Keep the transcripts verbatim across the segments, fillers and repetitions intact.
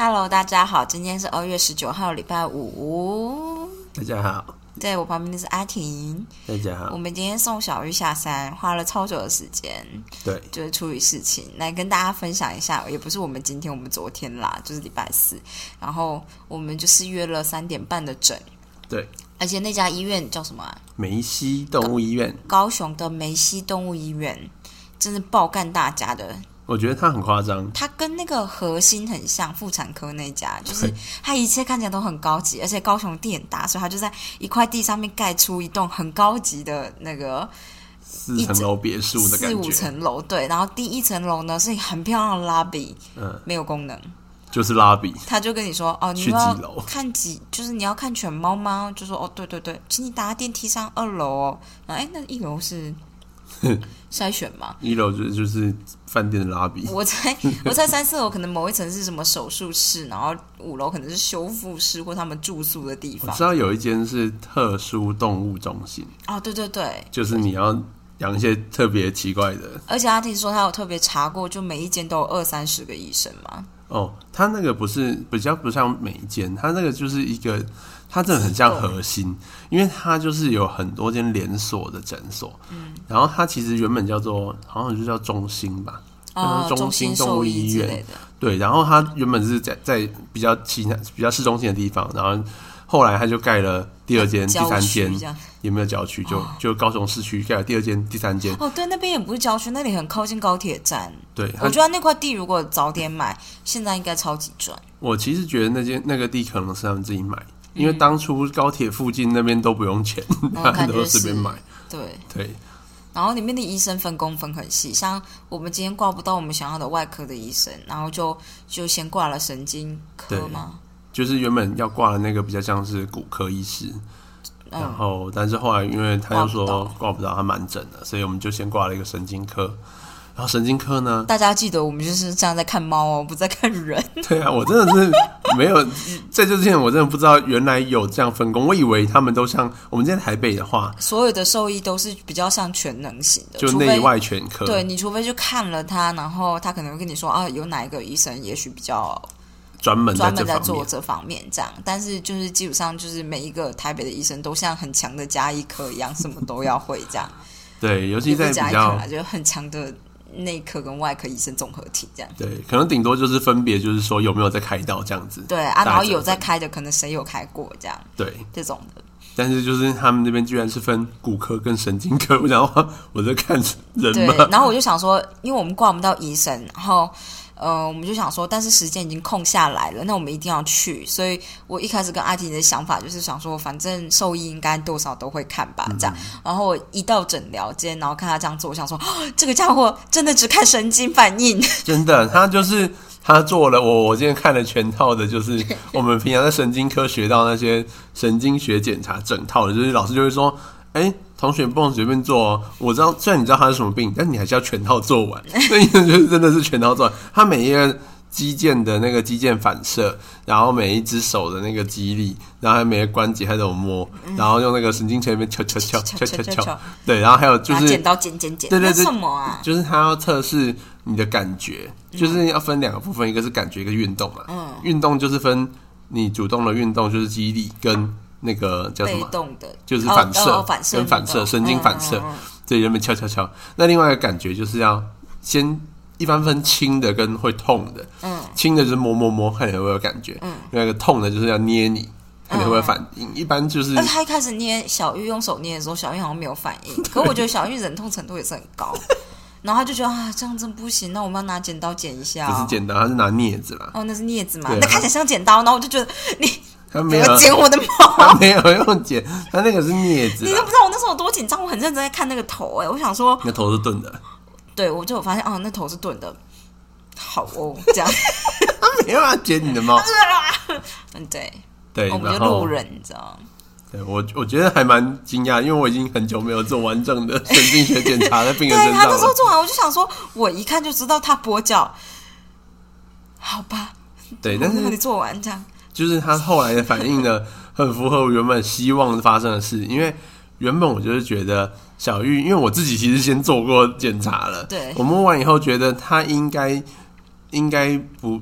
Hello， 大家好，今天是二月十九号，礼拜五。 大家好， 对我旁边的是阿婷。 大家好， 我们今天送小玉下山，花了超久的时间， 对， 就是处理事情，来跟大家分享一下。也不是我们今天，我们昨天啦，就是礼拜四，然后我们就是约了三点半的诊， 对， 而且那家医院叫什么啊？ 梅西动物医院， 高雄的梅西动物医院，真是爆干大家的。 我觉得它很夸张， 它跟那个核心很像，妇产科那家，就是它一切看起来都很高级，而且高雄地很大，所以它就在一块地上面盖出一栋很高级的那个四层楼别墅的感觉， 四五层楼，对。然后第一层楼呢是很漂亮的 lobby， 嗯，没有功能， 就是拉比。 他就跟你说，哦，你要看几，就是你要看犬猫吗？就说哦，对对对，请你搭电梯上二楼哦。然后哎，那一楼是筛选嘛？ 一楼就就是饭店的拉比。 我猜我猜三四楼可能某一层是什么手术室，然后五楼可能是修复室或他们住宿的地方。 我知道有一间是特殊动物中心。 哦，对对对， 就是你要养一些特别奇怪的。 而且他听说他有特别查过，就每一间都有二三十个医生嘛。 哦，他那个不是比较不像每一间，他那个就是一个，他真的很像核心，因为他就是有很多间连锁的诊所，嗯，然后他其实原本叫做好像就叫中心吧， 哦， 中心动物医院，对，然后他原本是在在比较其他比较市中心的地方，然后后来他就盖了第二间、第三间，也没有郊区，就、哦、就高雄市区盖了第二间、第三间。 哦，对，那边也不是郊区，那里很靠近高铁站。 对， 我觉得那块地如果早点买，现在应该超级赚。 我其实觉得那间那个地可能是他们自己买，因为当初高铁附近那边都不用钱，大家、嗯、都随便买。 对对。 然后里面的医生分工分很细，像我们今天挂不到我们想要的外科的医生，然后就就先挂了神经科嘛。 就是原本要挂的那个比较像是骨科医师，嗯、然后但是后来因为他就说挂不到，他满诊了，所以我们就先挂了一个神经科。然后神经科呢， 大家记得我们就是这样在看猫哦，不在看人。 对啊，我真的是没有在这之前，我真的不知道原来有这样分工。我以为他们都像我们在台北的话， 所有的兽医都是比较像全能型的， 就内外全科。 对，你除非就看了他，然后他可能会跟你说啊，有哪一个医生也许比较专门专门在做这方面这样，但是就是基本上就是每一个台北的医生都像很强的家医科一样，什么都要会这样。 对，尤其在比较家医科啦，就很强的内科跟外科医生综合体这样。 对，可能顶多就是分别就是说有没有在开刀这样子。 对啊，然后有在开的，可能谁有开过这样。 对， 这种的。 但是就是他们那边居然是分骨科跟神经科，我想说我在看人吗？ 对，然后我就想说，因为我们挂不到医生，然后。呃，我们就想说，但是时间已经空下来了，那我们一定要去。所以我一开始跟阿婷的想法就是想说，反正兽医应该多少都会看吧，这样。嗯、然后我一到诊疗间，然后看他这样做，我想说，哦、这个家伙真的只看神经反应。真的，他就是他做了我我今天看了全套的，就是我们平常在神经科学到那些神经学检查整套的，就是老师就会说，哎。同学不能随便做哦，我知道，虽然你知道他是什么病，但你还是要全套做完。那医生就是真的是全套做完，他每一个肌腱的那个肌腱反射，然后每一只手的那个肌力，然后还有每个关节还有摸，嗯、然后用那个神经前面敲敲敲敲敲敲，对，然后还有就是剪刀剪剪剪， 对对对， 什么啊？ 就是他要测试你的感觉，就是要分两个部分，一个是感觉，一个运动嘛。嗯，运动就是分你主动的运动，就是肌力跟。那个叫什么？ 被动的， 就是反射， 哦哦、反射跟反射，神经反射，对，人们敲敲敲。那另外一个感觉就是要先一般分轻的跟会痛的，嗯，轻的就是摸摸摸，看你会不会有感觉，嗯，另外一个痛的就是要捏你，看你会不会反应。嗯、一般就是， 而且他一开始捏小玉用手捏的时候，小玉好像没有反应，可我觉得小玉忍痛程度也是很高。然后他就觉得啊，这样真不行，那我们要拿剪刀剪一下、哦。 不是剪刀，他是拿镊子啦。 哦，那是镊子嘛？那看起来像剪刀，然后我就觉得你。 他没有剪我的毛， 他没有用剪，他那个是镊子。 你都不知道我那时候有多紧张，我很认真在看那个头哎、欸，我想说， 那头是钝的。 对，我就有发现哦，那头是钝的。好哦，这样他没有要剪你的毛。 嗯，对对， 我们就路人，你知道。 对我，我觉得还蛮惊讶，因为我已经很久没有做完整的神经学检查在病人身上了。 对，他那时候做完，我就想说，我一看就知道他跛脚。好吧， 对，但是你做完这样。 就是他后来的反应呢，很符合我原本希望发生的事。因为原本我就是觉得小玉，因为我自己其实先做过检查了， 对， 我摸完以后觉得他应该应该不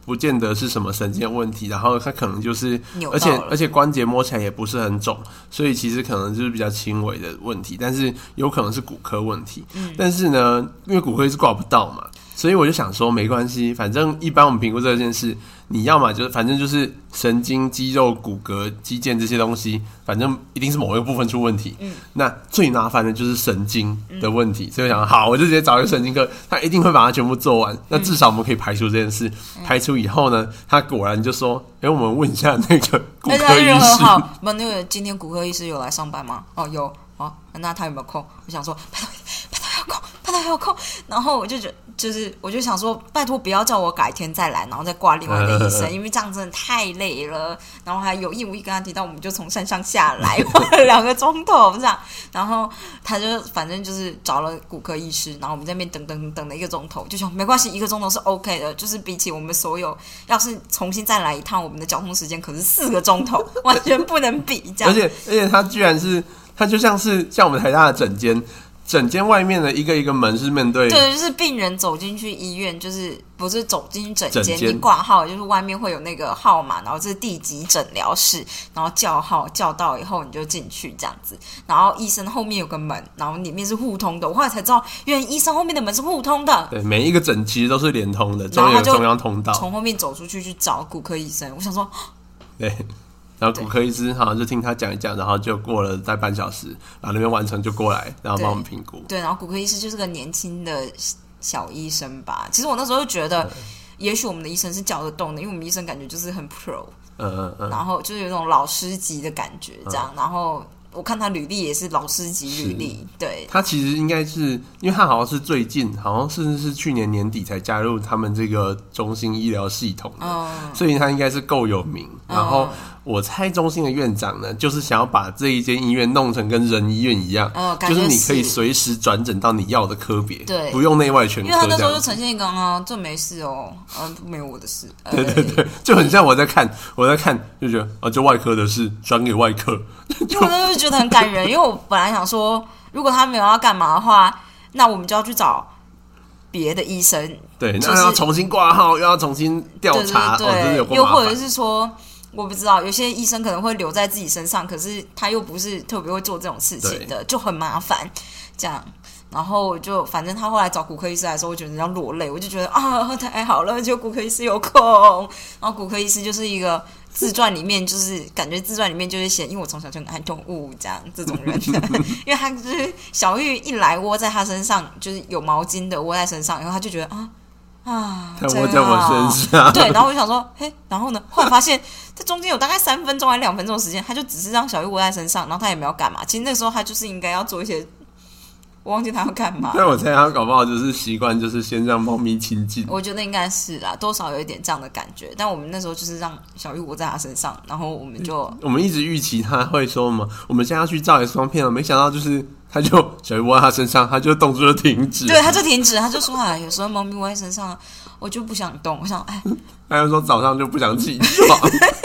不见得是什么神经的问题，然后它可能就是扭到了， 而且而且关节摸起来也不是很肿，所以其实可能就是比较轻微的问题，但是有可能是骨科问题。嗯，但是呢，因为骨科医师挂不到嘛，所以我就想说没关系，反正一般我们评估这件事，你要嘛就是反正就是神经、肌肉、骨骼、肌腱这些东西，反正一定是某一个部分出问题。嗯，那最麻烦的就是神经的问题，嗯、所以我想好，我就直接找一个神经科，他一定会把它全部做完。那至少我们可以排除这件事。嗯、排除以后呢，他果然就说：“哎、欸，我们问一下那个骨科医师。” 好，不，那个今天骨科医师有来上班吗？哦，有。哦，那他有没有空？我想说，拜托，拜托有空，拜托有空。然后我就觉得，就是我就想说，拜托不要叫我改天再来，然后再挂另外一个医生，因为这样真的太累了。然后还有意无意跟他提到，我们就从山上下来，花了两个钟头这样。然后他就反正就是找了骨科医师，然后我们在那边等等等了一个钟头，就想没关系，一个钟头是 OK 的，就是比起我们所有要是重新再来一趟，我们的交通时间可是四个钟头，完全不能比这样。 而且而且他居然是。它就像是像我们台大的诊间，诊间外面的一个一个门是面对， 对，就是病人走进去医院，就是不是走进去诊间，你挂号就是外面会有那个号码，然后这是第几诊疗室，然后叫号叫到以后你就进去这样子，然后医生后面有个门，然后里面是互通的，我后来才知道，原来医生后面的门是互通的， 对，每一个诊其实都是连通的，中间有中央通道， 从后面走出去去找骨科医生，我想说， 对。然后骨科医师好像就听他讲一讲，然后就过了大概半小时，然后那边完成就过来，然后帮我们评估。 对，然后骨科医师就是个年轻的小医生吧。其实我那时候就觉得，也许我们的医生是叫得动的，因为我们医生感觉就是很 pro， 嗯嗯嗯，然后就是有那种老师级的感觉，这样。嗯、然后我看他履历也是老师级履历，对。 他其实应该是，因为他好像是最近，好像甚至是去年年底才加入他们这个中心医疗系统的，嗯、所以他应该是够有名，然后。嗯我猜中心的院长呢，就是想要把这一间医院弄成跟人医院一样，哦、是就是你可以随时转诊到你要的科别， 对， 不用内外全科。 因为他那时候就呈现一个啊，这没事哦，啊，没有我的事。 对对对，就很像我在看，我在看就觉得啊，就外科的事转给外科。 因为我那时候觉得很感人，因为我本来想说，如果他没有要干嘛的话，那我们就要去找别的医生， 对， 就是、 那要重新挂号，又要重新调查， 对对对， 哦、真的有够麻烦。 又或者是说。我不知道，有些医生可能会留在自己身上，可是他又不是特别会做这种事情的，就很麻烦。这样，然后我就反正他后来找骨科医师来的时候，我觉得要落泪，我就觉得啊，太好了，就骨科医师有空。然后骨科医师就是一个自传里面，就是感觉自传里面就是写，因为我从小就很爱动物，这样这种人，因为他就是小玉一来窝在他身上，就是有毛巾的窝在身上，然后他就觉得啊。啊， 他窝在我身上， 对，然后我就想说，嘿，然后呢？后来发现，这中间有大概三分钟还两分钟的时间，他就只是让小玉窝在身上，然后他也没有干嘛。其实那时候他就是应该要做一些，我忘记他要干嘛。 但我猜他搞不好就是习惯，就是先让猫咪亲近。 我觉得应该是啦，多少有一点这样的感觉。但我们那时候就是让小玉窝在他身上，然后我们就， 嗯、我们一直预期他会说嘛，我们现在要去照 X 光片了，没想到就是。他就小鱼窝在他身上，他就动作就停止。 对，他就停止，他就说啊，有时候猫咪窝在身上，我就不想动。我想，哎， 他就说早上就不想起床，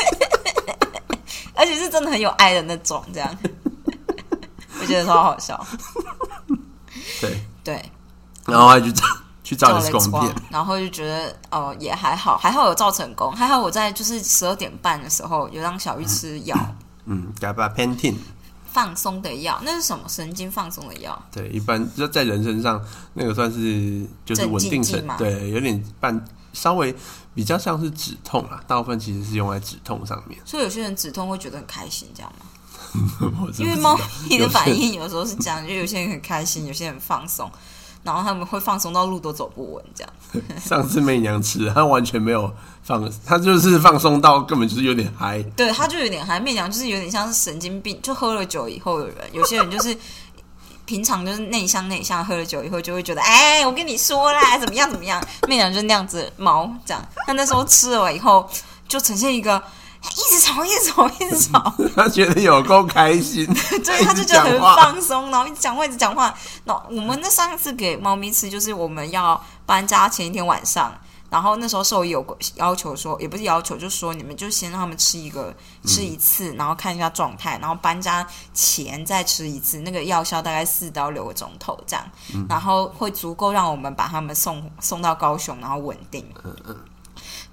而且是真的很有爱的那种，这样，我觉得超好笑。 对对， 然后还去照去照 X 光片， 然后就觉得哦、呃、也还好，还好有照成功，还好我在就是十二点半的时候有让小玉吃药， 嗯 ，gabapentin。 放松的药，那是什么？神经放松的药。 对，一般就在人身上，那个算是就是稳定神，对，有点半稍微比较像是止痛啦，大部分其实是用在止痛上面。 所以有些人止痛会觉得很开心，这样吗？因为猫咪的反应有时候是这样，就有些人很开心，有些人很放松。然后他们会放松到路都走不稳，这样。 上次媚娘吃，他完全没有放，他就是放松到根本就是有点嗨。 对，他就有点嗨。媚娘就是有点像是神经病，就喝了酒以后的人，有些人就是平常就是内向内向，喝了酒以后就会觉得，哎，我跟你说啦，怎么样怎么样。媚娘就是那样子猫这样，他那时候吃了以后，就呈现一个。一直吵，一直吵，一直吵。 他觉得有够开心， 对，他就觉得很放松，然后一直讲话，一直讲话。那我们那上次给猫咪吃，就是我们要搬家前一天晚上，然后那时候兽医有要求说，也不是要求，就是说你们就先让他们吃一个，吃一次，然后看一下状态，然后搬家前再吃一次，那个药效大概四到六个钟头这样，然后会足够让我们把他们送送到高雄，然后稳定。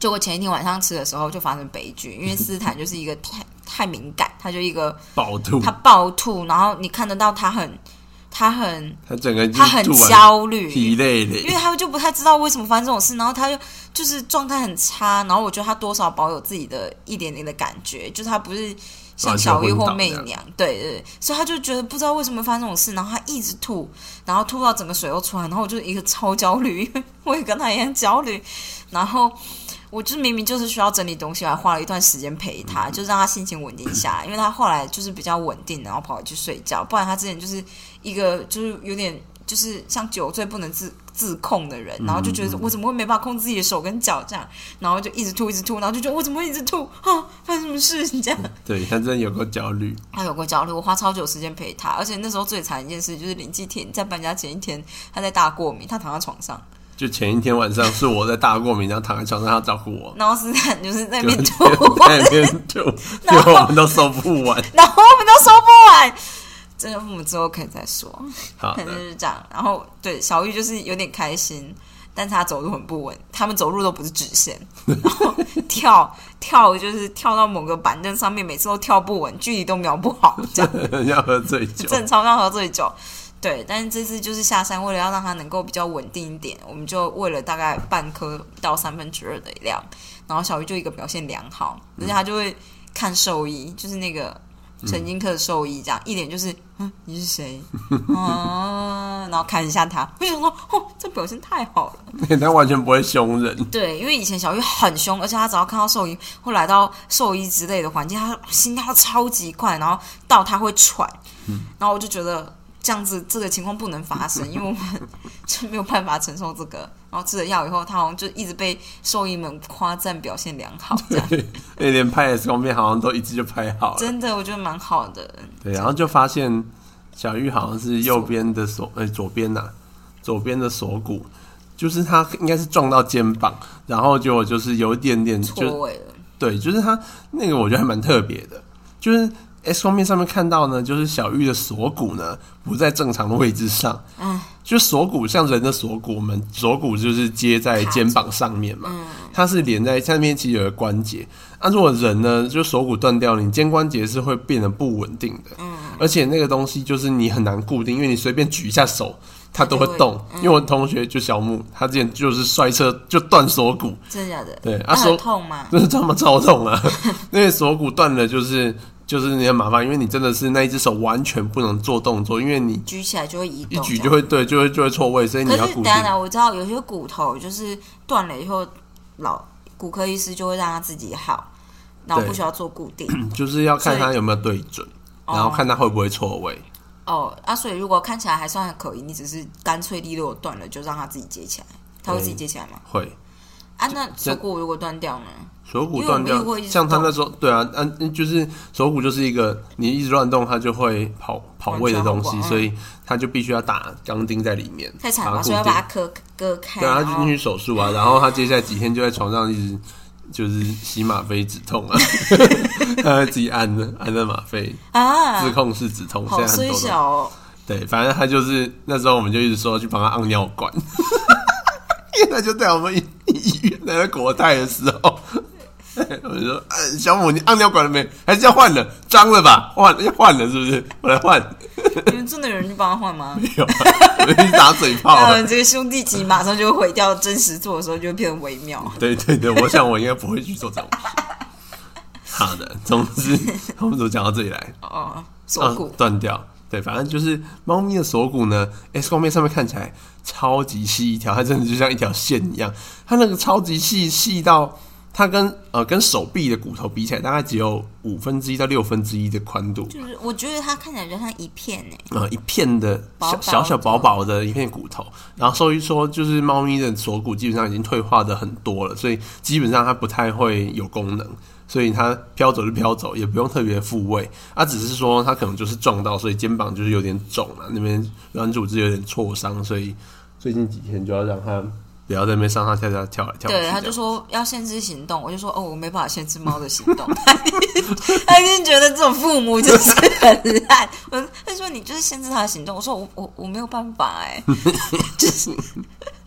结果前一天晚上吃的时候就发生悲剧，因为斯坦就是一个太太敏感，他就一个暴吐， 他暴吐，然后你看得到他很他很他整个他很焦虑， 疲累累， 因为他就不太知道为什么发生这种事，然后他就就是状态很差，然后我觉得他多少保有自己的一点点的感觉，就是他不是像小玉或媚娘，对对，所以他就觉得不知道为什么发生这种事，然后他一直吐，然后吐到整个水都出来，然后我就一个超焦虑，因为我也跟他一样焦虑，然后我就是明明就是需要整理东西，我还花了一段时间陪他，就让他心情稳定下来，因为他后来就是比较稳定，然后跑回去睡觉，不然他之前就是一个就是有点就是像酒醉不能自自控的人，然后就觉得我怎么会没办法控制自己的手跟脚这样，然后就一直吐一直吐，然后就觉得我怎么会一直吐啊？发生什么事？这样， 对他真的有够焦虑， 他有够焦虑，我花超久时间陪他，而且那时候最惨一件事就是林继天在搬家前一天，他在大过敏，他躺在床上。 就前一天晚上是我在大过敏，然后躺在床上，他照顾我， 然后斯坦就是在那边吐， 在那边吐，结果我们都收不完， 然后我们都收不完。这个我们之后可以再说， 好， 可能就是这样。然后对小玉就是有点开心，但是他走路很不稳，他们走路都不是直线，然后跳跳就是跳到某个板凳上面，每次都跳不稳，距离都瞄不好，这样要喝醉酒， 正常要喝醉酒。对，但是这次就是下山，为了要让它能够比较稳定一点，我们就喂了大概半颗到三分之二的量，然后小鱼就一个表现良好，而且他就会看兽医，就是那个神经科的兽医，这样、嗯、一脸就是嗯你是谁啊？然后看一下他，我想说哦，这表现太好了， 他完全不会凶人。 对，因为以前小玉很凶，而且他只要看到兽医或来到兽医之类的环境，他心跳超级快，然后到他会喘，嗯、然后我就觉得。这样子这个情况不能发生，因为我们就没有办法承受这个。然后吃了药以后，他好像就一直被兽医们夸赞表现良好，这样。 那连拍 X 光片好像都一次就拍好了， 真的我觉得蛮好的。 对，然后就发现小玉好像是右边的锁，呃、欸，左边呐、啊，左边的锁骨，就是他应该是撞到肩膀，然后就就是有一点点错位了。 对，就是他那个我觉得还蛮特别的，就是。X 光片上面看到呢，就是小玉的锁骨呢不在正常的位置上。嗯，就锁骨像人的锁骨，我们锁骨就是接在肩膀上面嘛，嗯、它是连在下面，其实有个关节。啊，如果人呢，就锁骨断掉了，你肩关节是会变得不稳定的。嗯，而且那个东西就是你很难固定，因为你随便举一下手，它都会动。会嗯、因为我同学就小木，他之前就是摔车就断锁骨， 真的假的？ 对，啊， 很痛吗？ 就是这么超痛啊！因为锁骨断了，就是。就是你很麻烦，因为你真的是那一只手完全不能做动作，因为你举起来就会移动， 一举就会对，就会就会错位，所以你要固定。 可是等一下，我知道有些骨头就是断了以后，老骨科医师就会让他自己好，然后不需要做固定， 就是要看他有没有对准，然后看他会不会错位。 哦，啊，所以如果看起来还算可以，你只是干脆利落断了，就让他自己接起来，他会自己接起来吗？ 会。 啊，那锁骨如果断掉呢？ 锁骨断掉，像他那时候，对啊，嗯，就是锁骨就是一个你一直乱动，它就会跑跑位的东西，嗯、所以他就必须要打钢钉在里面。 太惨了，所以要把它割割开。 对啊，他就进去手术啊，然后他接下来几天就在床上一直就是吸吗啡止痛啊，他会自己按的按的吗啡啊，自控式止痛， 好衰小哦。 对，反正他就是那时候我们就一直说去帮他按尿管。因为他就在我们医院那个国泰的时候，我就说：“小母，你按尿管了没？还是要换了？脏了吧？换要换了是不是？我来换。” 你们真的有人去帮他换吗？ 没有、啊，我一直打嘴炮、啊。 这个兄弟集马上就会毁掉，真实做的时候就会变得微妙。 对对对，我想我应该不会去做这种事。好的，总之我们都讲到这里来。 哦，锁骨断、啊、掉。对，反正就是猫咪的锁骨呢 ，X 光片上面看起来超级细一条，它真的就像一条线一样。它那个超级细，细到它跟呃跟手臂的骨头比起来，大概只有五分之一到六分之一的宽度。 就是我觉得它看起来就像一片哎、欸， 呃，一片的小小小薄薄的一片骨头。然后兽医说，就是猫咪的锁骨基本上已经退化的很多了，所以基本上它不太会有功能。所以它飘走就飘走，也不用特别复位。啊，只是说它可能就是撞到，所以肩膀就是有点肿了、啊，那边软组织有点挫伤，所以最近几天就要让它不要在那边上上下下跳来跳去。 对，他就说要限制行动，我就说哦，我没办法限制猫的行动。他一定觉得这种父母就是很烂。他说你就是限制他的行动，我说我我我没有办法哎、欸，就是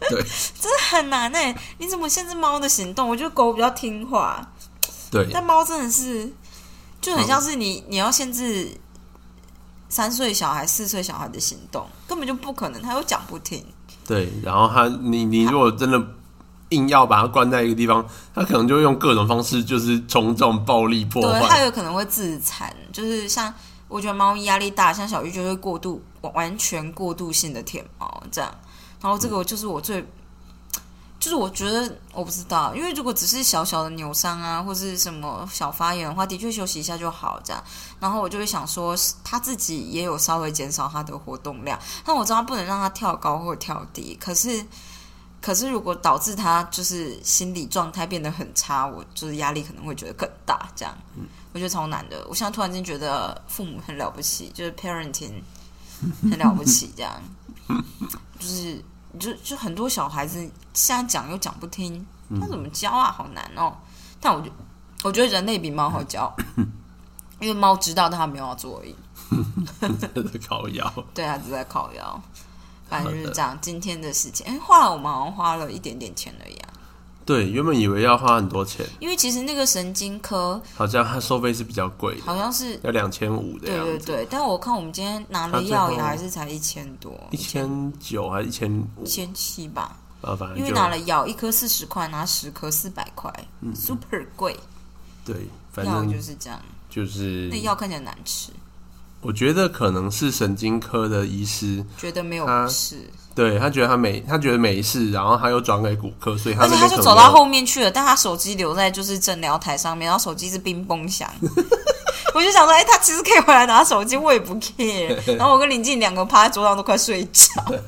对， 真的很难哎、欸！你怎么限制猫的行动？我觉得狗比较听话， 对， 但猫真的是就很像是你，嗯、你要限制三岁小孩、四岁小孩的行动，根本就不可能，他又讲不听。 对，然后他，你你如果真的硬要把它关在一个地方，他可能就用各种方式，就是从这种暴力破坏。 对，他有可能会自残，就是像我觉得猫咪压力大，像小玉就会过度，完全过度性的舔毛这样。然后这个就是我最，就是我觉得我不知道，因为如果只是小小的扭伤啊，或是什么小发炎的话，的确休息一下就好这样。然后我就会想说，他自己也有稍微减少他的活动量，但我知道不能让他跳高或跳低，可是可是如果导致他就是心理状态变得很差，我就是压力可能会觉得更大这样。嗯、我觉得超难的。我现在突然间觉得父母很了不起，就是 parenting 很了不起这样，就是就就很多小孩子现在讲又讲不听，他怎么教啊？好难哦。但我觉我觉得人类比猫好教。因为猫知道，但它没有要做而已。 真的靠腰。 对，它只在靠腰。反正就是这样。今天的事情，哎，花了我们好像花了一点点钱而已啊。 对，原本以为要花很多钱， 因为其实那个神经科好像它收费是比较贵的， 好像是要两千五的样子。 对对对，但我看我们今天拿了药也还是才一千多， 一千九还是一千五？ 一千七吧。 啊，反正因为拿了药，一颗四十块，拿十颗四百块，嗯 ，super 贵。 对，反正药就是这样。 就是那药看起来难吃， 我觉得可能是神经科的医师觉得没有事， 对他觉得他没他觉得没事，然后他又转给骨科，所以他而且他就走到后面去了，但他手机留在就是诊疗台上面，然后手机是冰崩响。我就想说，哎、欸，他其实可以回来拿手机，我也不 care。然后我跟林静两个趴在桌上都快睡着，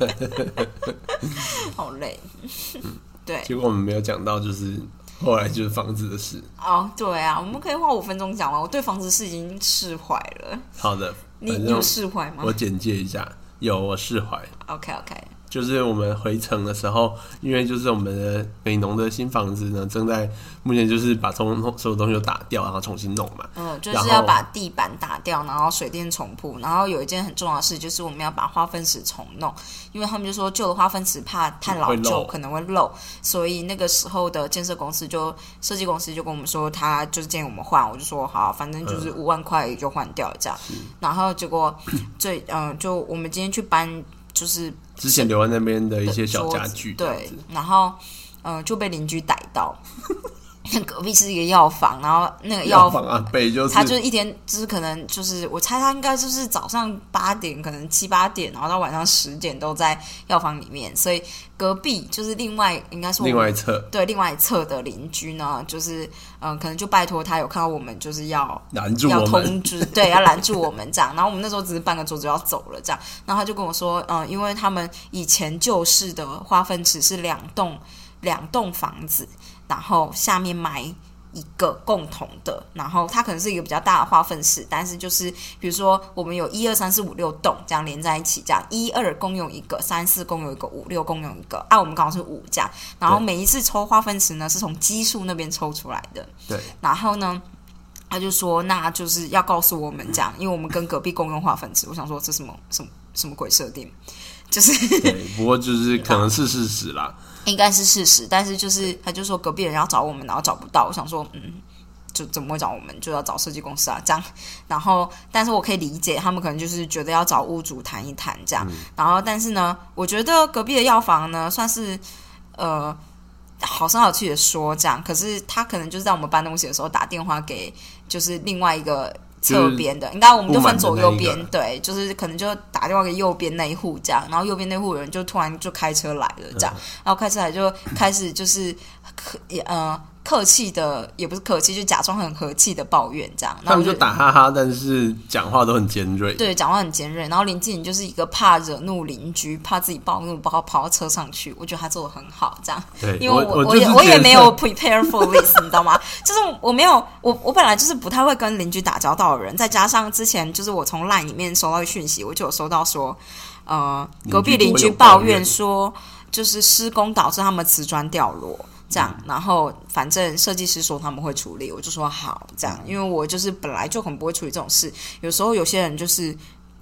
好累。对， 结果我们没有讲到，就是后来就是房子的事。 哦，对啊，我们可以花五分钟讲完。我对房子事已经释怀了。 好的， 你你有释怀吗？ 我简介一下，有我释怀。 OK OK。 就是我们回程的时候，因为就是我们的美浓的新房子呢，正在目前就是把从所有东西都打掉，然后重新弄嘛。 嗯，就是要把地板打掉，然后水电重铺，然后有一件很重要的事就是我们要把花分池重弄，因为他们就说旧的花分池怕太老旧可能会漏，所以那个时候的建设公司就设计公司就跟我们说，他就是建议我们换，我就说好，反正就是五万块就换掉这样。嗯、然后结果最嗯、呃，就我们今天去搬。就是之前留在那边的一些小家具， 对，然后嗯、呃、就被邻居逮到。那隔壁是一个药房，然后那个药房啊，北就是他就是一天就是可能就是我猜他应该就是早上八点，可能七八点，然后到晚上十点都在药房里面，所以隔壁就是另外应该是另外一侧对另外一侧的邻居呢，就是嗯、呃、可能就拜托他有看到我们就是要拦住我们， 要通知对要拦住我们这样，然后我们那时候只是搬个桌子要走了这样，然后他就跟我说嗯、呃、因为他们以前旧式的花分池是两栋两栋房子。然后下面埋一个共同的，然后它可能是一个比较大的花分池，但是就是比如说我们有一二三四五六栋这样连在一起，这样一二共用一个，三四共用一个，五六共用一个，啊，我们刚好是五这样，然后每一次抽花分池呢是从基数那边抽出来的， 对， 然后呢。他就说，那就是要告诉我们这样，因为我们跟隔壁共用花分池。我想说，这什么什么什么鬼设定？就是对，不过就是可能是事实啦。 应该是事实，但是就是他就说隔壁人要找我们，然后找不到。我想说，嗯，就怎么会找我们？就要找设计公司啊，这样。然后，但是我可以理解他们可能就是觉得要找屋主谈一谈这样。嗯、然后，但是呢，我觉得隔壁的药房呢，算是呃好声好气的说这样，可是他可能就是在我们搬东西的时候打电话给就是另外一个。侧边的，应该我们就分左右边，对，就是可能就打电话给右边那一户这样，然后右边那户人就突然就开车来了这样，嗯、然后开车来就开始就是呃客气的，也不是客气，就假装很和气的抱怨这样。 他们就打哈哈，但是讲话都很尖锐。 对，讲话很尖锐。然后林志颖就是一个怕惹怒邻居，怕自己暴怒，跑跑到车上去。我觉得他做的很好，这样。 对， 因为我我我也我也没有 prepare for this， 你知道吗？就是我没有我我本来就是不太会跟邻居打交道的人，再加上之前就是我从 LINE 里面收到讯息，我就有收到说，呃，隔壁邻居抱怨说，就是施工导致他们瓷砖掉落。这样，然后反正设计师说他们会处理，我就说好这样，因为我就是本来就很不会处理这种事。有时候有些人就是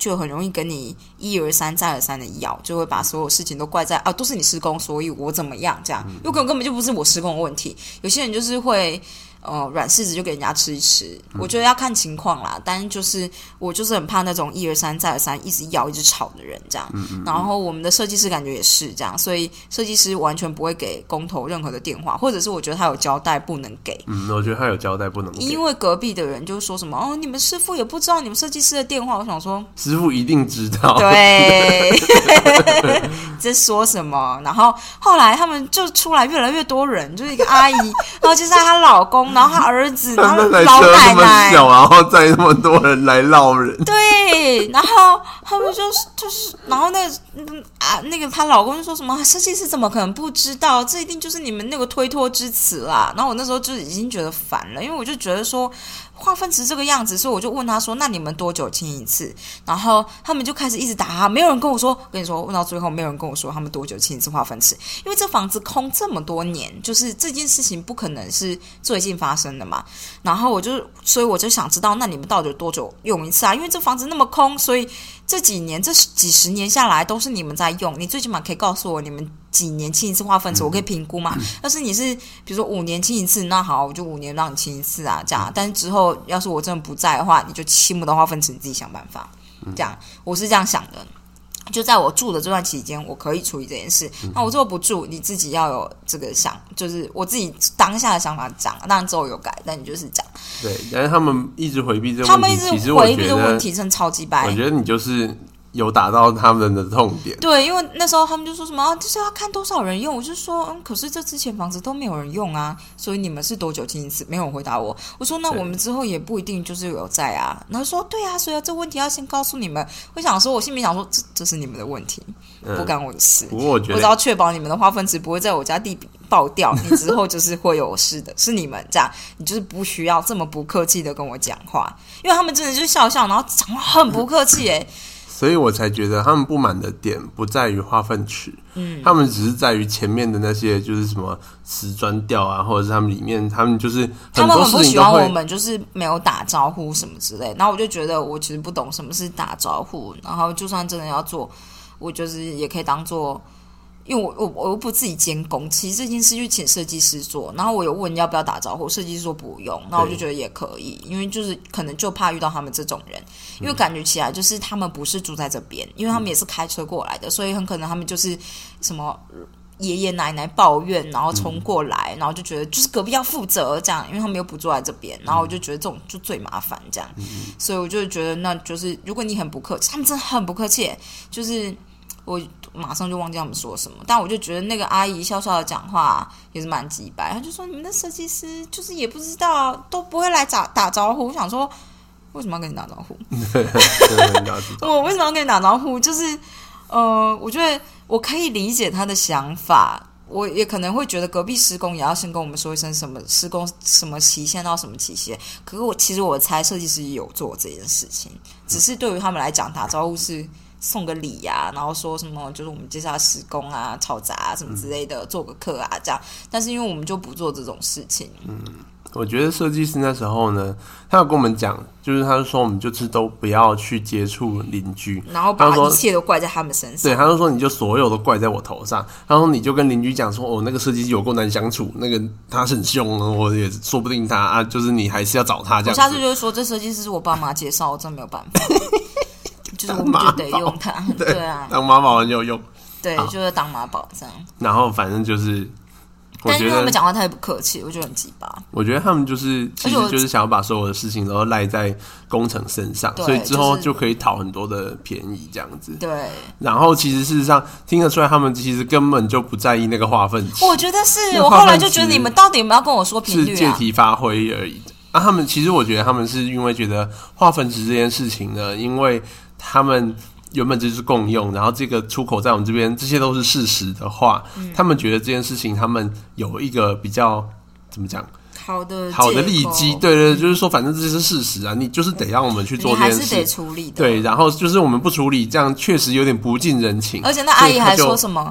就很容易跟你一而三再而三的要，就会把所有事情都怪在啊都是你施工，所以我怎么样这样，有可能根本就不是我施工的问题。有些人就是会呃软柿子就给人家吃一吃，我觉得要看情况啦。但是就是我就是很怕那种一而三再而三一直要一直吵的人这样。嗯嗯嗯，然后我们的设计师感觉也是这样，所以设计师完全不会给工头任何的电话，或者是我觉得他有交代不能给。 嗯，我觉得他有交代不能给， 因为隔壁的人就说什么哦，你们师傅也不知道你们设计师的电话。我想说， 师傅一定知道。 对，在说什么？然后后来他们就出来越来越多人，就是一个阿姨，然后就是她老公，然后她儿子，然后老奶奶， 小，然后载那么多人来闹人。 对，然后他们就是就是，然后那个啊那个她老公就说什么设计师怎么可能不知道？这一定就是你们那个推脱之词啦。然后我那时候就已经觉得烦了，因为我就觉得说化粪池这个样子，所以我就问他说：“那你们多久清一次？”然后他们就开始一直打他，没有人跟我说。跟你说，问到最后，没有人跟我说他们多久清一次化粪池，因为这房子空这么多年，就是这件事情不可能是最近发生的嘛。然后我就，所以我就想知道，那你们到底有多久用一次啊？因为这房子那么空，所以这几年、这几十年下来都是你们在用。你最起码可以告诉我，你们几年清一次化粪池，我可以评估嘛。要是你是比如说五年清一次，那好，我就五年让你清一次啊，这样。但是之后要是我真的不在的话，你就清不到化粪池，你自己想办法。这样，我是这样想的。就在我住的这段期间，我可以处理这件事。那我如果不住，你自己要有这个想，就是我自己当下的想法讲，当然之后有改，但你就是讲。 对，但是他们一直回避这个问题， 他们一直回避这个问题，真的超级白。 我觉得你就是有打到他们的痛点。 对，因为那时候他们就说什么、啊、就是要看多少人用，我就说嗯，可是这之前房子都没有人用啊，所以你们是多久清一次？没有人回答我。我说那我们之后也不一定就是有在啊。然后说对啊，所以这问题要先告诉你们。我想说，我心里想说这这是你们的问题，不干我的事。 不过我觉得我只要确保你们的化粪池不会在我家地爆掉，你之后就是会有事的，是你们这样，你就是不需要这么不客气的跟我讲话，因为他们真的就是笑笑，然后讲话很不客气哎。 所以我才觉得他们不满的点不在于化粪池，嗯，他们只是在于前面的那些就是什么瓷砖吊啊，或者是他们里面，他们就是很多事情都会，他们很不喜欢我们就是没有打招呼什么之类。然后我就觉得我其实不懂什么是打招呼，然后就算真的要做，我就是也可以当做。因为我我我又不自己监工，其实这件事就请设计师做。然后我有问要不要打招呼，设计师说不用，然后我就觉得也可以，因为就是可能就怕遇到他们这种人，因为感觉起来就是他们不是住在这边，因为他们也是开车过来的，所以很可能他们就是什么爷爷奶奶抱怨，然后冲过来，然后就觉得就是隔壁要负责这样，因为他们又不住在这边，然后我就觉得这种就最麻烦这样，所以我就觉得那就是如果你很不客气，他们真的很不客气，就是我马上就忘记他们说什么，但我就觉得那个阿姨笑笑的讲话也是蛮直白，她就说你们的设计师就是也不知道，都不会来打打招呼。我想说为什么要跟你打招呼？我为什么要跟你打招呼？就是呃，我觉得我可以理解他的想法，我也可能会觉得隔壁施工也要先跟我们说一声什么施工什么期限到什么期限。可是我其实我猜设计师也有做这件事情，只是对于他们来讲，打招呼是送个礼啊，然后说什么就是我们接下来施工啊、吵杂啊什么之类的，做个课啊这样。但是因为我们就不做这种事情。嗯， 我觉得设计师那时候呢，他有跟我们讲，就是他就说我们就是都不要去接触邻居， 然后把一切都怪在他们身上。 对，他就说你就所有都怪在我头上。他说你就跟邻居讲说，哦，那个设计师有够难相处，那个他很凶，我也说不定他啊，就是你还是要找他这样子。 我下次就会说，这设计师是我爸妈介绍，我真没有办法。就是我们就得用它，对啊， 当妈宝很有用， 对，就是当妈宝这样。 然后反正就是，我觉得但是他们讲话太不客气，我觉得很鸡巴。 我觉得他们就是其实就是想要把所有的事情都赖在工程身上，所以之后就可以讨很多的便宜这样子。 对。 然后其实事实上听得出来，他们其实根本就不在意那个化粪池。 我觉得是我后来就觉得你们到底有没有跟我说频率啊？ 是借题发挥而已。啊，他们其实我觉得他们是因为觉得化粪池这件事情呢，因为他们原本就是共用，然后这个出口在我们这边，这些都是事实的话，嗯、他们觉得这件事情他们有一个比较怎么讲好的好的利基，对对，就是说反正这是事实啊，你就是得让我们去做这件事， 你还是得处理的。 对，然后就是我们不处理，这样确实有点不近人情。 而且那阿姨还说什么？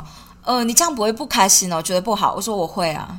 呃，你这样不会不开心哦？觉得不好？我说我会啊。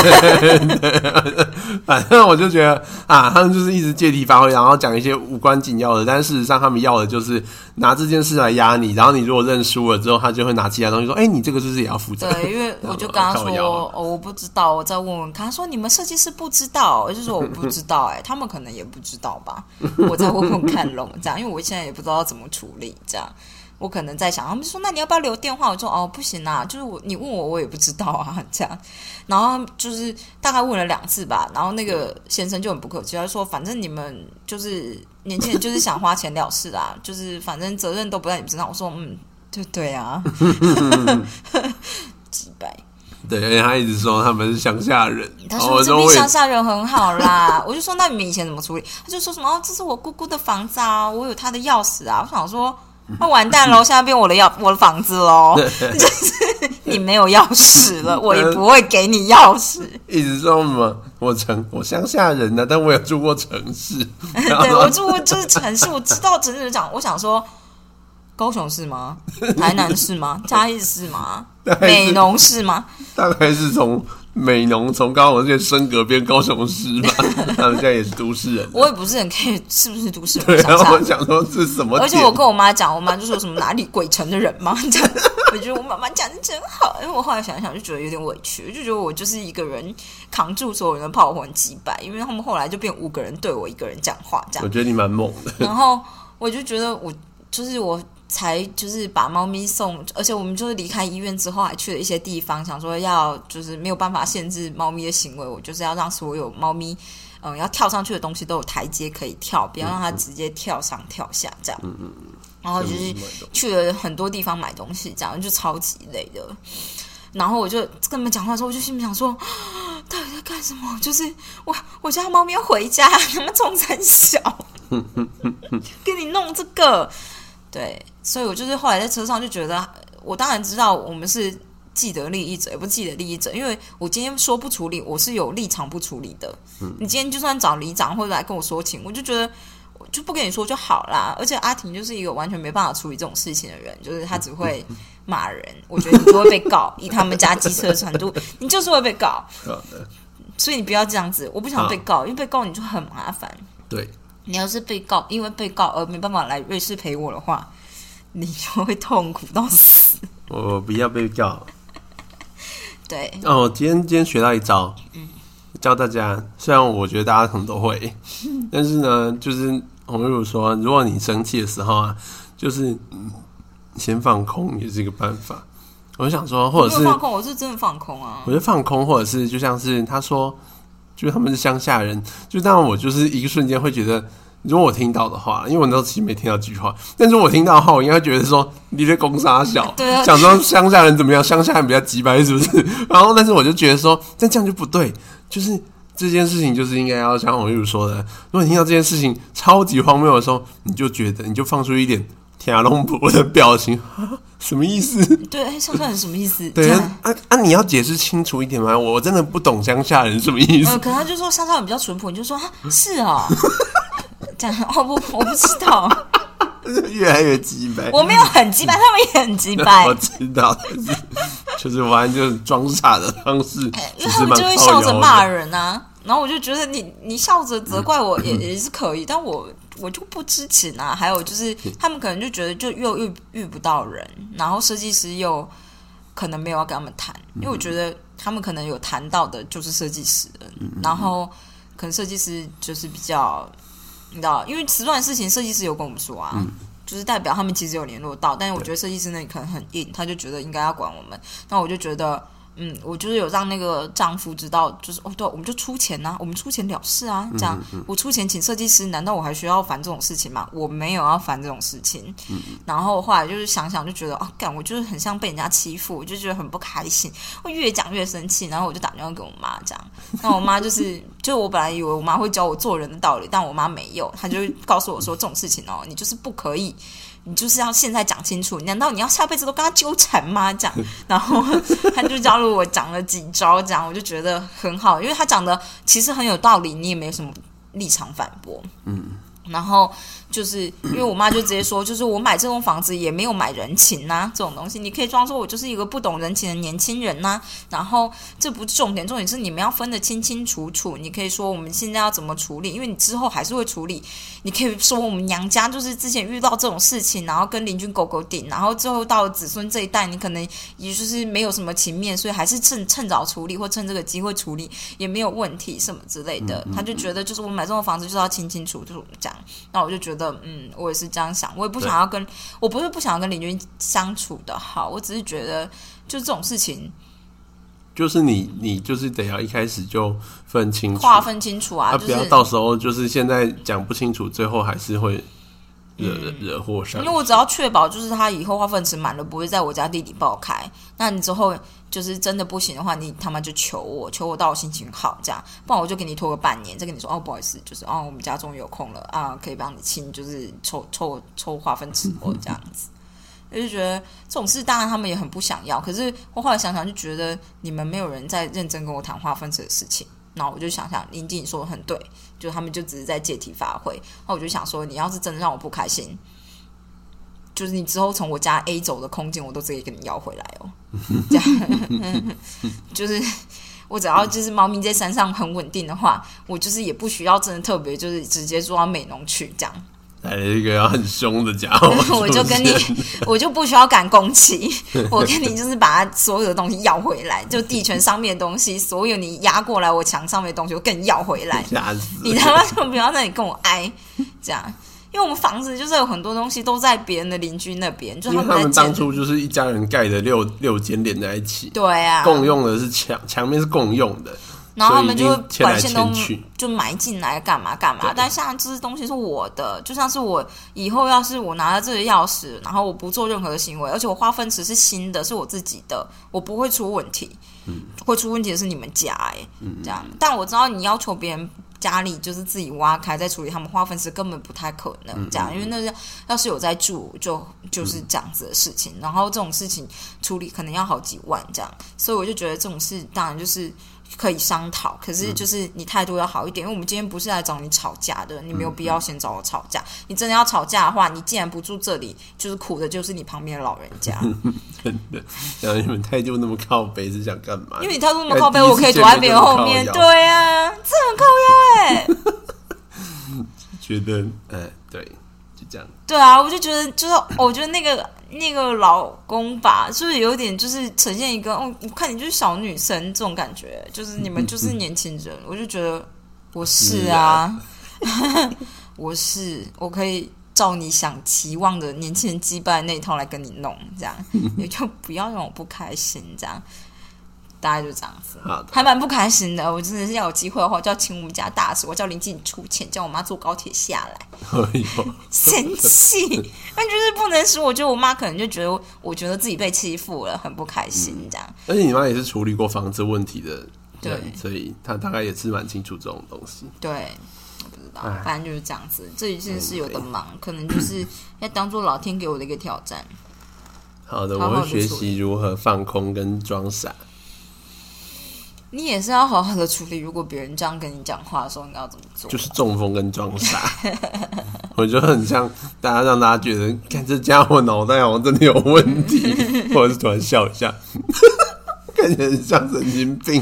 反正我就觉得啊，他们就是一直借题发挥，然后讲一些无关紧要的，但事实上他们要的就是拿这件事来压你，然后你如果认输了之后，他就会拿其他东西说：“哎、欸，你这个就是也要负责。” 对，因为我就跟他说：“哦，我不知道，我再问问看。”他说：“你们设计师不知道？”我就说：“我不知道、欸，哎，他们可能也不知道吧。”我再问问看龙这样，因为我现在也不知道怎么处理这样。我可能在想，他们就说那你要不要留电话？我说哦不行啊，就是我你问我我也不知道啊这样。然后就是大概问了两次吧，然后那个先生就很不客气，他就说反正你们就是年轻人就是想花钱了事啊，就是反正责任都不在你们身上。我说嗯，就对啊，几百。 对，而且他一直说他们是乡下人， 他说这边乡下人很好啦。我就说那你们以前怎么处理？他就说什么哦，这是我姑姑的房子啊，我有她的钥匙啊。我想说。那完蛋喽！现在变我的钥我的房子喽，就是你没有钥匙了，我也不会给你钥匙。 一直说什么我城我乡下人呢、啊，但我有住过城市。 对，我住过就是城市，我知道城市讲。我想说，高雄市吗？台南市吗？嘉义市吗？美浓市吗？ 大概是从美浓从高雄县升格变高雄市吧。他们现在也是都市人。 我也不是很 care 是不是都市人。 对，然后我想说这是什么？ 而且我跟我妈讲，我妈就说什么哪里鬼城的人吗？这样，我觉得我妈妈讲的真好。因为我后来想一想，就觉得有点委屈，就觉得我就是一个人扛住所有人的炮火很几百，因为他们后来就变五个人对我一个人讲话这样。 我觉得你蛮猛的。 然后我就觉得我就是我。才就是把猫咪送，而且我们就是离开医院之后，还去了一些地方，想说要就是没有办法限制猫咪的行为，我就是要让所有猫咪，嗯，要跳上去的东西都有台阶可以跳，不要让它直接跳上跳下这样。嗯嗯嗯。然后就是去了很多地方买东西，这样就超级累的。然后我就跟他们讲话的时候，我就心里想说，到底在干什么？就是我我家猫咪要回家，他们冲三小，给你弄这个。对，所以我就是后来在车上就觉得，我当然知道我们是既得利益者，也不是既得利益者，因为我今天说不处理，我是有立场不处理的。嗯、你今天就算找里长或者来跟我说情，我就觉得我就不跟你说就好啦。而且阿婷就是一个完全没办法处理这种事情的人，就是他只会骂人。我觉得你就会被告，以他们家机车的程度，你就是会被告。 好的， 所以你不要这样子，我不想被告，因为被告你就很麻烦。 对。 你要是被告，因为被告而没办法来瑞士陪我的话，你就会痛苦到死。 我不要被告。 对。 哦，我今天今天学到一招，嗯，教大家。虽然我觉得大家可能都会，嗯、但是呢，就是我们如果说，如果你生气的时候啊，就是、嗯、先放空也是一个办法。我就想说，或者是放空，我是真的放空啊。 我觉得放空，或者是就像是他说。就是他们是乡下人，就当然我就是一个瞬间会觉得，如果我听到的话，因为我那时候其实没听到这句话，但是我听到的话，我应该觉得说你在攻杀小， 对啊， 想说乡下人怎么样，乡下人比较急白是不是？然后，但是我就觉得说，但这样就不对，就是这件事情就是应该要像红玉说的，如果你听到这件事情超级荒谬的时候，你就觉得你就放出一点天龙婆的表情，什么意思？ 对，乡下人什么意思？ 对啊啊啊！你要解释清楚一点吗？我真的不懂乡下人什么意思。 呃，可能他就说乡下人比较淳朴，你就说啊，是哦，这样哦，我我不知道， 越来越鸡掰。 我没有很鸡掰，他们也很鸡掰。 我知道，就是就是玩就是装傻的方式， 因为他们就会笑着骂人啊。然后我就觉得你你笑着责怪我也、嗯、也是可以，但我我就不知情啊。还有就是他们可能就觉得就又遇遇不到人，然后设计师又可能没有要跟他们谈，因为我觉得他们可能有谈到的就是设计师了，嗯、然后可能设计师就是比较你知道，因为瓷砖的事情设计师有跟我们说啊。嗯，就是代表他们其实有联络到，但是我觉得设计师那里可能很硬，他就觉得应该要管我们。那我就觉得，嗯，我就是有让那个丈夫知道，就是哦，对，我们就出钱啊，我们出钱了事啊，这样，嗯嗯、我出钱请设计师，难道我还需要烦这种事情吗？我没有要烦这种事情。嗯、然后后来就是想想，就觉得哦，干，我就是很像被人家欺负，我就觉得很不开心，我越讲越生气，然后我就打电话给我妈，这样。那我妈就是，就我本来以为我妈会教我做人的道理，但我妈没有，她就告诉我说，这种事情哦，你就是不可以。你就是要现在讲清楚，难道你要下辈子都跟他纠缠吗？这样，然后他就教了我讲了几招，这样我就觉得很好，因为他讲的其实很有道理，你也没什么立场反驳。嗯， 然后就是因为我妈就直接说，就是我买这栋房子也没有买人情呐、啊，这种东西你可以装作我就是一个不懂人情的年轻人呐、啊。然后这不是重点，重点是你们要分得清清楚楚。你可以说我们现在要怎么处理，因为你之后还是会处理。你可以说我们娘家就是之前遇到这种事情，然后跟邻居狗狗顶，然后最后到了子孙这一代，你可能也就是没有什么情面，所以还是趁趁早处理，或趁这个机会处理也没有问题什么之类的。他就觉得就是我买这栋房子就是要清清楚楚讲。那我就觉得，嗯，我也是这样想，我也不想要跟，我不是不想要跟邻居相处的好，我只是觉得，就这种事情， 就是你，你就是得要一开始就分清楚， 划分清楚啊， 啊就是、 不要到时候就是现在讲不清楚，最后还是会惹、嗯、惹祸上。 因为我只要确保，就是他以后化粪池满了，不会在我家地里爆开。那你之后就是真的不行的话，你他妈就求我，求我到我心情好这样，不然我就给你拖个半年，再跟你说哦，不好意思，就是哦，我们家终于有空了啊，可以帮你清，就是抽抽抽化粪池或这样子。我就觉得这种事，当然他们也很不想要，可是我后来想想，就觉得你们没有人在认真跟我谈化粪池的事情。然后我就想想，林经理说的很对，就他们就只是在借题发挥。那我就想说，你要是真的让我不开心，就是你之后从我家 A 走的空间，我都直接跟你要回来哦。这样，就是我只要就是猫咪在山上很稳定的话，我就是也不需要真的特别就是直接住到美浓去这样。 来了一个要很凶的家伙， 我就跟你，我就不需要赶工期，我跟你就是把它所有的东西要回来，就地权上面的东西，所有你压过来我墙上面的东西，我更要回来。你他妈就不要在那里跟我哀，这样。因为我们房子就是有很多东西都在别人的邻居那边，就他们在因为他们当初就是一家人盖的六六间连在一起， 对啊， 共用的是墙，墙面是共用的。 然后他们就管线都去就埋进来干嘛干嘛，但像这些东西是我的，就像是我以后要是我拿了这个钥匙，然后我不做任何的行为，而且我化粪池是新的，是我自己的，我不会出问题。嗯，会出问题的是你们家哎、欸，嗯，这样。但我知道你要求别人家里就是自己挖开再处理他们化粪池，根本不太可能这样，嗯、因为那要是有在住，就就是这样子的事情。然后这种事情处理可能要好几万这样，所以我就觉得这种事当然就是可以商讨，可是就是你态度要好一点，因为我们今天不是来找你吵架的，你没有必要先找我吵架。你真的要吵架的话，你既然不住这里，就是苦的就是你旁边的老人家。 真的，然后你们态度那么靠北是想干嘛？ 因为你态度那么靠北，我可以躲在别人后面。对啊，这很靠腰哎、欸。 觉得，呃，对，就这样。 对啊，我就觉得，就是我觉得那个那个老公吧，就是有点就是呈现一个，哦，我看你就是小女生这种感觉，就是你们就是年轻人，我就觉得我是啊，我是，我可以照你想期望的年轻人羁绊那一套来跟你弄，这样也就不要让我不开心，这样。大概就这样子，还蛮不开心的。我真的是要有机会的话，就要请我们家大使，我叫林经理出钱，叫我妈坐高铁下来。哎呦，生气！但就是不能说，我觉得我妈可能就觉得，我觉得自己被欺负了，很不开心这样。 嗯、而且你妈也是处理过房子问题的人，对，所以她大概也是蛮清楚这种东西。 对，我不知道，反正就是这样子。这一件事有的忙，可能就是要当做老天给我的一个挑战。 好的，我会学习如何放空跟装傻。 你也是要好好的处理，如果别人这样跟你讲话的时候，你要怎么做？ 就是中风跟装傻，我觉得很像大家让大家觉得，看这家伙脑袋好像真的有问题，或者是突然笑一下，看起来很像神经病。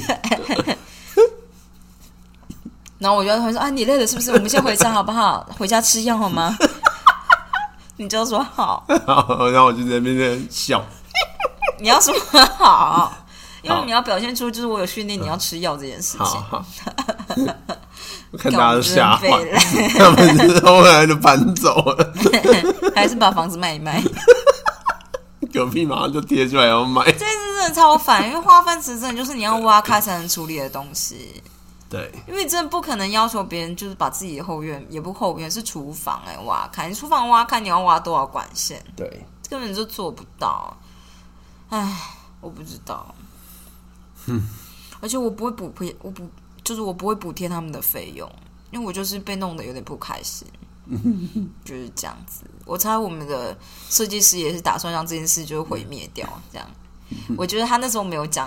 然后我就会说：“啊，你累了是不是？我们先回家好不好？回家吃药好吗？”你就说好， 好，然后我就在那边笑。 你要说好。因为你要表现出就是我有训练你要吃药这件事情。好好我看大家都吓坏了，他们后来就搬走了， 还是把房子卖一卖。 隔壁马上就贴出来要卖。 这件事真的超烦，因为化粪池真的就是你要挖开才能处理的东西。 对， 因为你真的不可能要求别人就是把自己的后院，也不后院是厨房哎、欸、挖开，你厨房挖开你要挖多少管线？ 对， 根本就做不到。唉，我不知道。嗯，而且我不会补贴，我不就是我不会补贴他们的费用，因为我就是被弄得有点不开心，就是这样子。我猜我们的设计师也是打算让这件事就毁灭掉，这样。我觉得他那时候没有讲，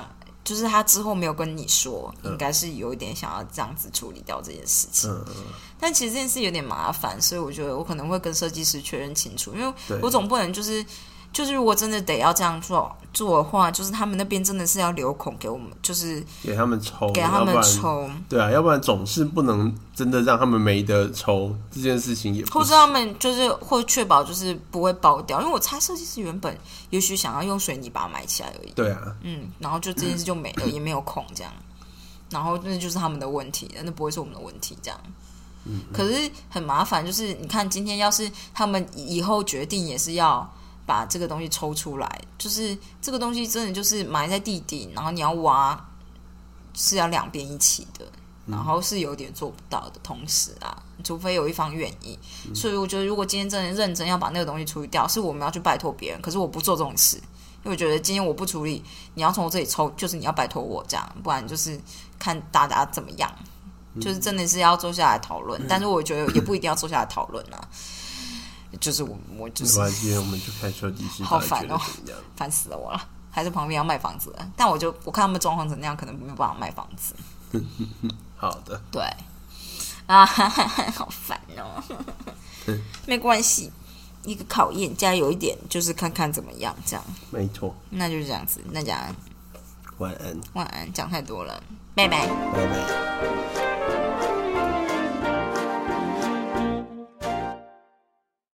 就是他之后没有跟你说，应该是有一点想要这样子处理掉这件事情。 嗯嗯。 但其实这件事有点麻烦，所以我觉得我可能会跟设计师确认清楚，因为我总不能就是就是如果真的得要这样做做的话，就是他们那边真的是要留孔给我们，就是给他们抽， 给他们抽。 对啊，要不然总是不能真的让他们没得抽，这件事情也不是。 或者他们就是会确保就是不会爆掉，因为我猜设计师原本也许想要用水泥把它埋起来而已。 对啊， 嗯，然后就这件事就没了，也没有孔这样，然后那就是他们的问题，那不会是我们的问题这样。嗯，可是很麻烦，就是你看今天要是他们以后决定也是要把这个东西抽出来，就是这个东西真的就是埋在地底，然后你要挖是要两边一起的，然后是有点做不到的。同时啊，除非有一方愿意，嗯、所以我觉得如果今天真的认真要把那个东西处理掉，是我们要去拜托别人。可是我不做这种事，因为我觉得今天我不处理，你要从我这里抽，就是你要拜托我这样，不然就是看大家怎么样。就是真的是要坐下来讨论，嗯、但是我觉得也不一定要坐下来讨论啊。就是我，我就是。 没关系，我们就看设计师。 好烦哦，烦死了我了！还是旁边要卖房子了，但我就我看他们装潢成那样，可能没有办法卖房子。 好的。 对。啊，好烦哦。没关系，一个考验，加油一点，就是看看怎么样，这样。 没错。 那就这样子，那讲。 晚安。 晚安，讲太多了，拜拜。 拜拜。